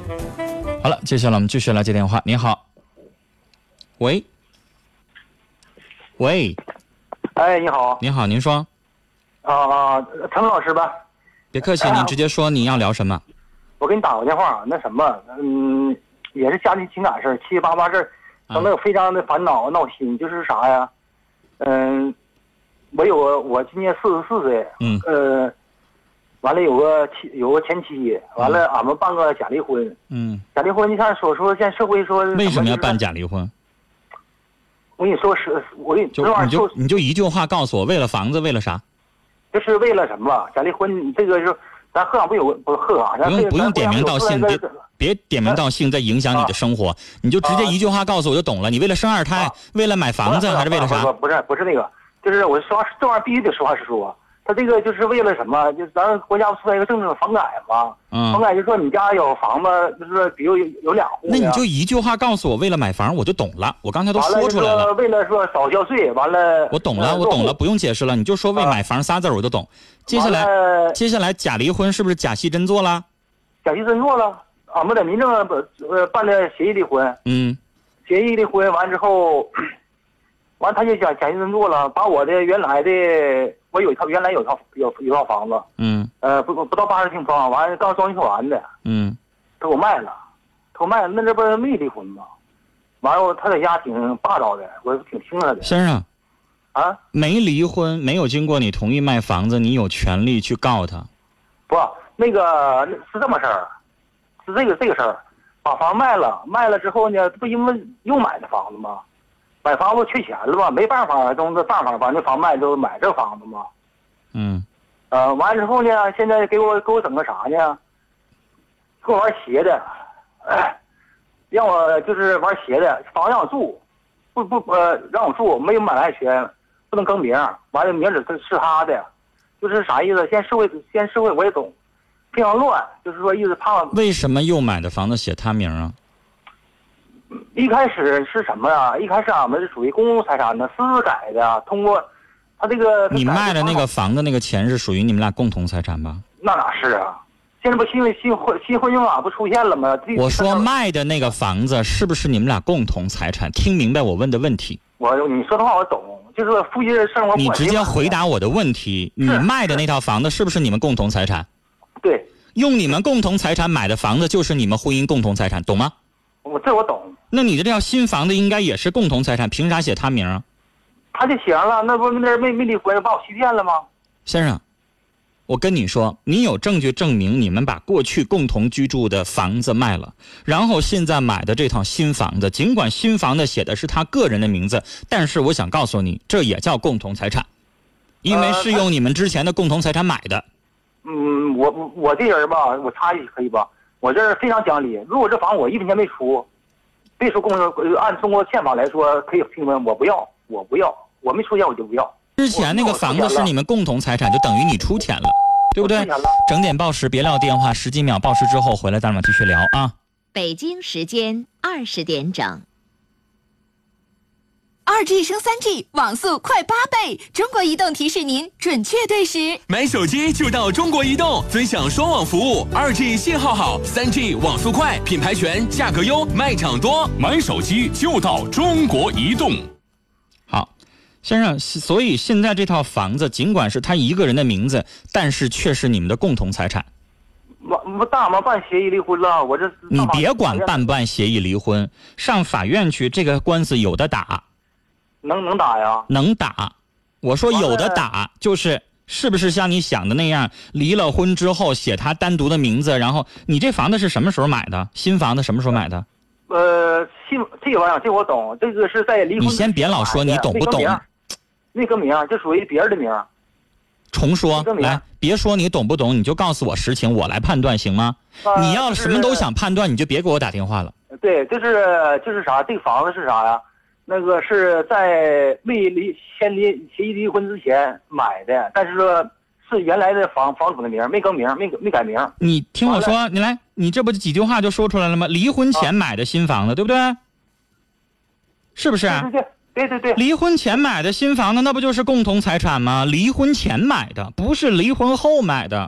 好了，接下来我们继续来接电话。你好，喂，喂， 哎，你好， 你好，您说。 陈老师吧。 别客气，您直接说你要聊什么。 我给你打个电话，那什么，也是家庭情感事儿，七七八八事儿，整得非常的烦恼闹心。就是啥呀？我今年44岁，完了有个前妻，完了俺们办个假离婚，假离婚你看说现在社会说为什么要办假离婚？ 我跟你说你就一句话告诉我，为了房子，为了啥？ 就是为了什么？假离婚这个是咱鹤岗不鹤岗， 不用点名道姓，别点名道姓，再影响你的生活，你就直接一句话告诉我就懂了。你为了生二胎，为了买房子，还是为了啥？ 不是那个，就是我说这玩意儿必须得实话实说。他这个就是为了什么？就是咱国家不出来一个政策房改嘛，房改就说你家有房子，就是说比如有2户。 那你就一句话告诉我，为了买房，我就懂了。我刚才都说出来了。 为了说少交税，完了。 我懂了，不用解释了，你就说为买房仨字我就懂。接下来假离婚是不是假戏真做了？ 假戏真做了，俺们在民政办的协议离婚。协议离婚完之后，完他就假戏真做了，把我的原来原来有一套房子，不到80平方，完了刚装修完的，他给我卖了，那这不是没离婚吗？完了他在家挺霸道的，我挺听他的。 先生，没离婚，没有经过你同意卖房子，你有权利去告他。 不，那个是这么事儿，是这个事儿，把房卖了之后呢，不因为又买的房子吗？买房不缺钱了吗？没办法，都是办法把那房卖就买这房子嘛。完了之后呢，现在给我整个啥呢？给我玩邪的，让我就是玩邪的，房让我住，让我住，没有买卖权，不能更名，完了名是他的，就是啥意思？现在社会我也懂，非常乱，就是说意思怕。 为什么又买的房子写他名啊？ 一开始是什么呀？一开始俺们是属于公共财产的，私改的，通过他这个。 你卖的那个房子那个钱是属于你们俩共同财产吧？ 那哪是啊？现在不新婚姻法不出现了吗？ 我说卖的那个房子是不是你们俩共同财产？听明白我问的问题？ 你说的话我懂，就是夫妻生活。 你直接回答我的问题，你卖的那套房子是不是你们共同财产？ 对。 用你们共同财产买的房子就是你们婚姻共同财产，懂吗？ 我懂。 那你的这套新房子应该也是共同财产，凭啥写他名啊？ 他就写上了，那不那没离婚，把我欺骗了吗？ 先生，我跟你说，你有证据证明你们把过去共同居住的房子卖了，然后现在买的这套新房子，尽管新房子写的是他个人的名字，但是我想告诉你，这也叫共同财产，因为是用你们之前的共同财产买的。 我这人吧，我插一句可以吧？我这人非常讲理，如果这房我1分钱没出，别说按中国宪法来说可以评论，我不要，我没出钱我就不要。 之前那个房子是你们共同财产，就等于你出钱了，对不对？整点报时，别撂电话，10几秒报时之后回来，咱们继续聊啊。 北京时间20点整。 2G 升3G， 网速快8倍！中国移动提示您准确对时。 买手机就到中国移动，尊享双网服务，2G 信号好，3G 网速快，品牌全，价格优，卖场多。买手机就到中国移动。 好，先生，所以现在这套房子尽管是他一个人的名字，但是却是你们的共同财产。 大妈办协议离婚了，我这你别管办不办协议离婚，上法院去，这个官司有的打。 能打呀？ 能打。我说有的打，是不是像你想的那样，离了婚之后写他单独的名字，然后你这房子是什么时候买的？新房子什么时候买的？ 这个玩意儿，这我懂，这个是在离婚。 你先别老说你懂不懂。 那个名就属于别人的名。 重说来，别说你懂不懂，你就告诉我实情，我来判断行吗？你要什么都想判断，你就别给我打电话了。 对，就是啥，这个房子是啥呀？那个是在未签协议离婚之前买的，但是说是原来的房主的名，没更名，没改名。 你听我说，你这不几句话就说出来了吗？离婚前买的新房子，对不对？是不是？ 对。 离婚前买的新房子，那不就是共同财产吗？离婚前买的，不是离婚后买的。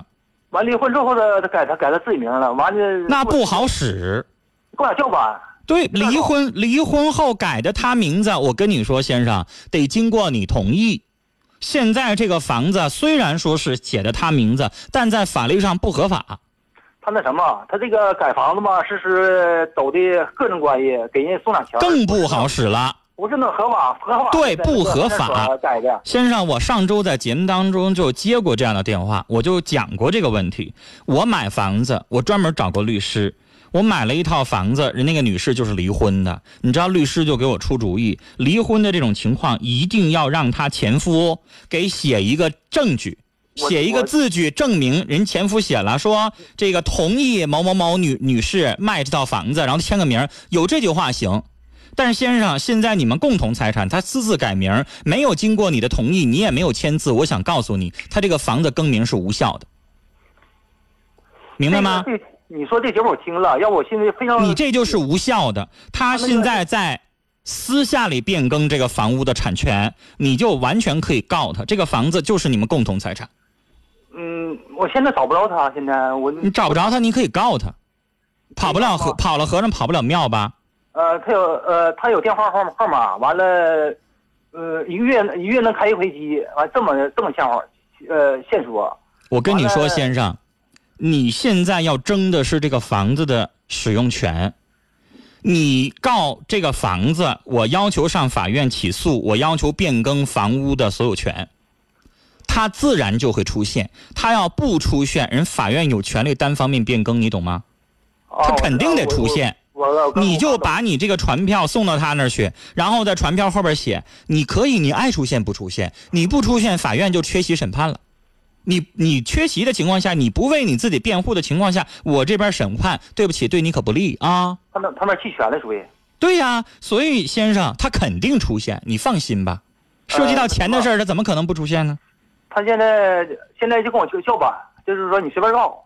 完离婚之后他改他自己名了，完了那不好使。 给我俩叫板。 对，离婚后改的他名字，我跟你说，先生得经过你同意。现在这个房子虽然说是写的他名字，但在法律上不合法。 他那什么，他这个改房子嘛，是走的个人关系，给人送点钱， 更不好使了。 不是那合法。 对，不合法。 改的。 先生，我上周在节目当中就接过这样的电话，我就讲过这个问题。我买房子，我专门找过律师。我买了一套房子，那个女士就是离婚的，你知道律师就给我出主意，离婚的这种情况一定要让她前夫给写一个证据，写一个字据证明人前夫写了说这个同意某某某女士卖这套房子，然后签个名，有这句话行。但是先生，现在你们共同财产，他私自改名，没有经过你的同意，你也没有签字，我想告诉你，他这个房子更名是无效的，明白吗？ 你说这节目我听了，要不我现在非常。 你这就是无效的。他现在在私下里变更这个房屋的产权，你就完全可以告他。这个房子就是你们共同财产。 我现在找不着他，现在你找不着他，你可以告他。跑了和尚跑不了庙吧？ 他有电话号码，完了，一个月能开一回机，完这么线索。 我跟你说，先生。你现在要争的是这个房子的使用权，你告这个房子，我要求上法院起诉，我要求变更房屋的所有权，它自然就会出现。他要不出现，人法院有权利单方面变更，你懂吗？他肯定得出现。你就把你这个传票送到他那儿去，然后在传票后边写，你可以，你爱出现不出现，你不出现，法院就缺席审判了。你缺席的情况下，你不为你自己辩护的情况下，我这边审判，对不起，对你可不利啊。 他们弃权了，属于。 对呀，所以先生他肯定出现，你放心吧。涉及到钱的事儿，他怎么可能不出现呢？ 他现在就跟我叫板，就是说你随便告。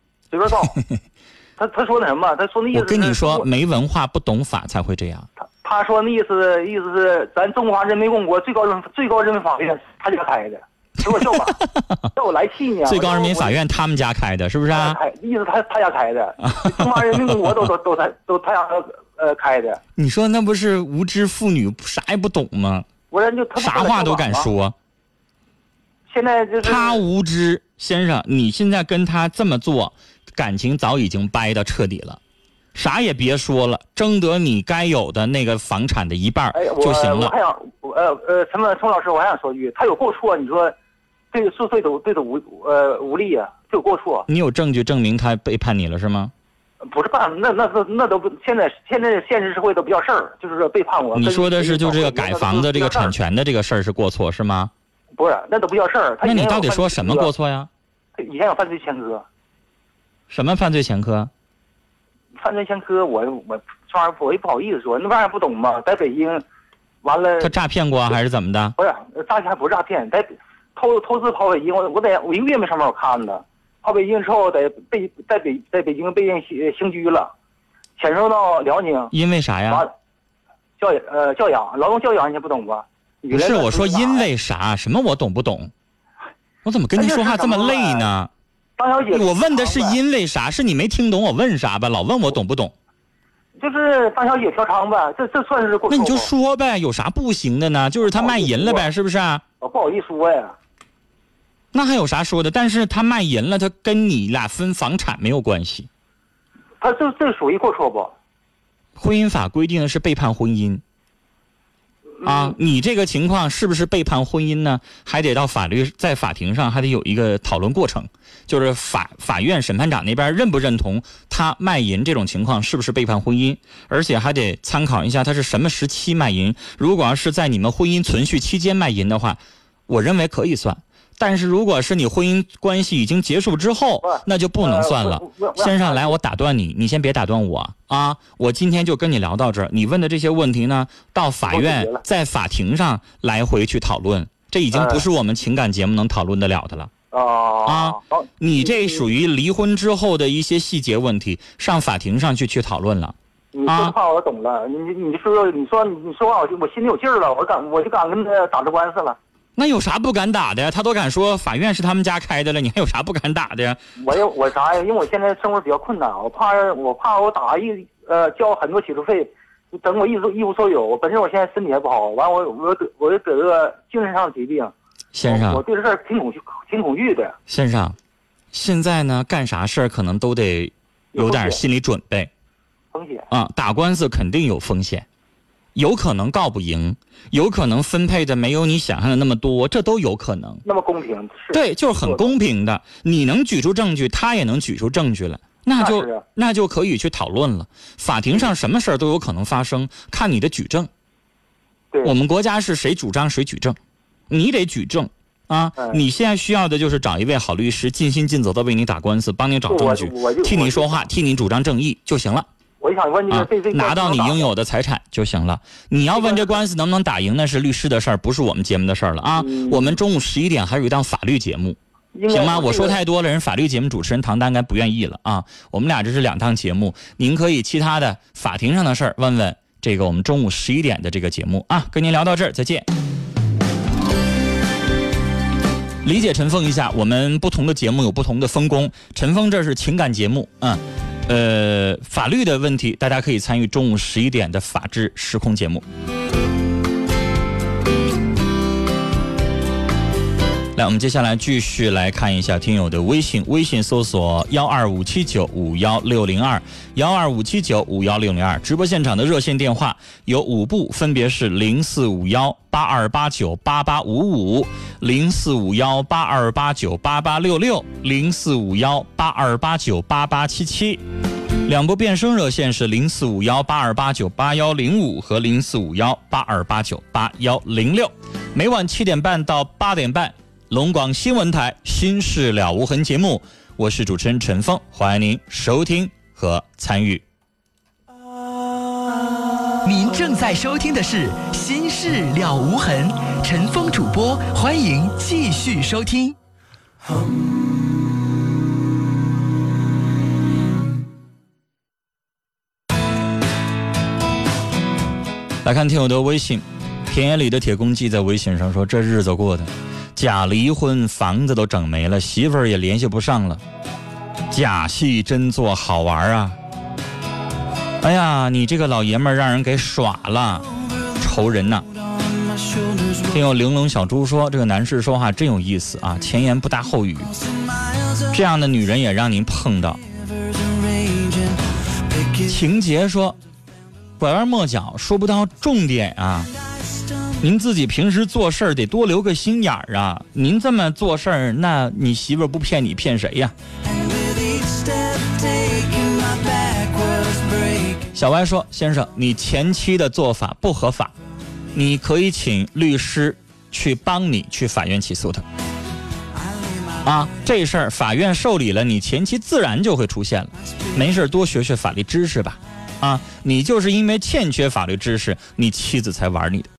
他说那什么？他说那意思。 我跟你说，没文化不懂法才会这样。 他说那意思是咱中华人民共和国最高人民法院他家开的。给我叫板，叫我来气呢。 最高人民法院他们家开的，是不是啊？ 意思他家开的，中华人民共和国都他家开的。 你说那不是无知妇女啥也不懂吗？啥话都敢说。 现在就是他无知，先生，你现在跟他这么做，感情早已经掰得彻底了。啥也别说了，争得你该有的那个房产的一半就行了。 我还想，陈老师，我还想说句，他有过错，你说，对的无力啊，这有过错。 你有证据证明他背叛你了是吗？ 不是办，那都不，现在现实社会都不叫事儿，就是说背叛我。 你说的是就这个改房子这个产权的这个事儿是过错是吗？ 不是，那都不叫事儿。 那你到底说什么过错呀？ 以前有犯罪前科。 什么犯罪前科？ 犯罪前科，我这玩意儿我也不好意思说，那玩意儿不懂嘛。在北京，完了。他诈骗过还是怎么的？ 不是诈骗，还不是诈骗，在偷资跑北京，我一个月没上班，我看的。跑北京之后，在北京被人刑拘了，遣送到辽宁。 因为啥呀？ 教养，劳动教养你也不懂吧？ 不是，我说因为啥？什么我懂不懂？我怎么跟你说话这么累呢？ 当小姐， 我问的是因为啥？是你没听懂我问啥吧？老问我懂不懂？ 就是当小姐嫖娼呗，这算是过错。 那你就说呗，有啥不行的呢？就是他卖淫了呗，是不是啊？ 我不好意思说呀。 那还有啥说的？但是他卖淫了，他跟你俩分房产没有关系。 他这属于过错不？ 婚姻法规定的是背叛婚姻。啊，你这个情况是不是背叛婚姻呢？还得到在法庭上还得有一个讨论过程，就是法院审判长那边认不认同他卖淫这种情况是不是背叛婚姻，而且还得参考一下他是什么时期卖淫。如果要是在你们婚姻存续期间卖淫的话，我认为可以算。但是如果是你婚姻关系已经结束之后，那就不能算了。先生，来，我打断你，你先别打断我啊！我今天就跟你聊到这儿。你问的这些问题呢，到法院在法庭上来回去讨论，这已经不是我们情感节目能讨论得了的了。你这属于离婚之后的一些细节问题，上法庭上去讨论了。 你说的话我懂了，你说话我心里有劲儿了，我就敢跟他打这官司了。 那有啥不敢打的呀？他都敢说法院是他们家开的了，你还有啥不敢打的呀？ 我啥呀？因为我现在生活比较困难，我怕我打交很多起诉费，等我一无所有。本身我现在身体还不好，完我得个精神上疾病。 先生， 我对这事儿挺恐惧的。 先生，现在呢干啥事儿可能都得有点心理准备。 风险啊，打官司肯定有风险，有可能告不赢，有可能分配的没有你想象的那么多，这都有可能。 那么公平是？ 对，就是很公平的。你能举出证据，他也能举出证据了，那就可以去讨论了。法庭上什么事儿都有可能发生，看你的举证。 对，我们国家是谁主张谁举证，你得举证啊。你现在需要的就是找一位好律师，尽心尽责的为你打官司，帮你找证据，替你说话，替你主张正义就行了。 我想问拿到你应有的财产就行了。你要问这官司能不能打赢，那是律师的事儿，不是我们节目的事儿了啊。我们中午11点还有一档法律节目，行吗？我说太多了，人法律节目主持人唐丹该不愿意了啊。我们俩这是2档节目，您可以其他的法庭上的事儿问问这个我们中午11点的这个节目啊。跟您聊到这儿，再见。理解陈峰一下，我们不同的节目有不同的分工。陈峰这是情感节目，法律的问题大家可以参与中午11点的法治时空节目。来，我们接下来继续来看一下听友的微信，微信搜索12579516021 12579516022，直播现场的热线电话有5部，分别是045182898855 045182898866 045182898877，两部变声热线是045182898105和045182898106。每晚7点半到8点半，龙广新闻台心事了无痕节目，我是主持人陈峰，欢迎您收听和参与。 您正在收听的是心事了无痕，陈峰主播，欢迎继续收听。 来看听友的微信，田野里的铁公鸡在微信上说，这日子过的假离婚，房子都整没了，媳妇儿也联系不上了，假戏真做好玩啊！哎呀，你这个老爷们儿让人给耍了，愁人呐！听友玲珑小猪说，这个男士说话真有意思啊，前言不搭后语，这样的女人也让您碰到。情节说，拐弯抹角说不到重点啊，您自己平时做事儿得多留个心眼儿啊！您这么做事儿，那你媳妇儿不骗你骗谁呀？小歪说，先生，你前妻的做法不合法，你可以请律师去帮你去法院起诉他啊。这事儿法院受理了，你前妻自然就会出现了。没事多学学法律知识吧啊！你就是因为欠缺法律知识，你妻子才玩你的。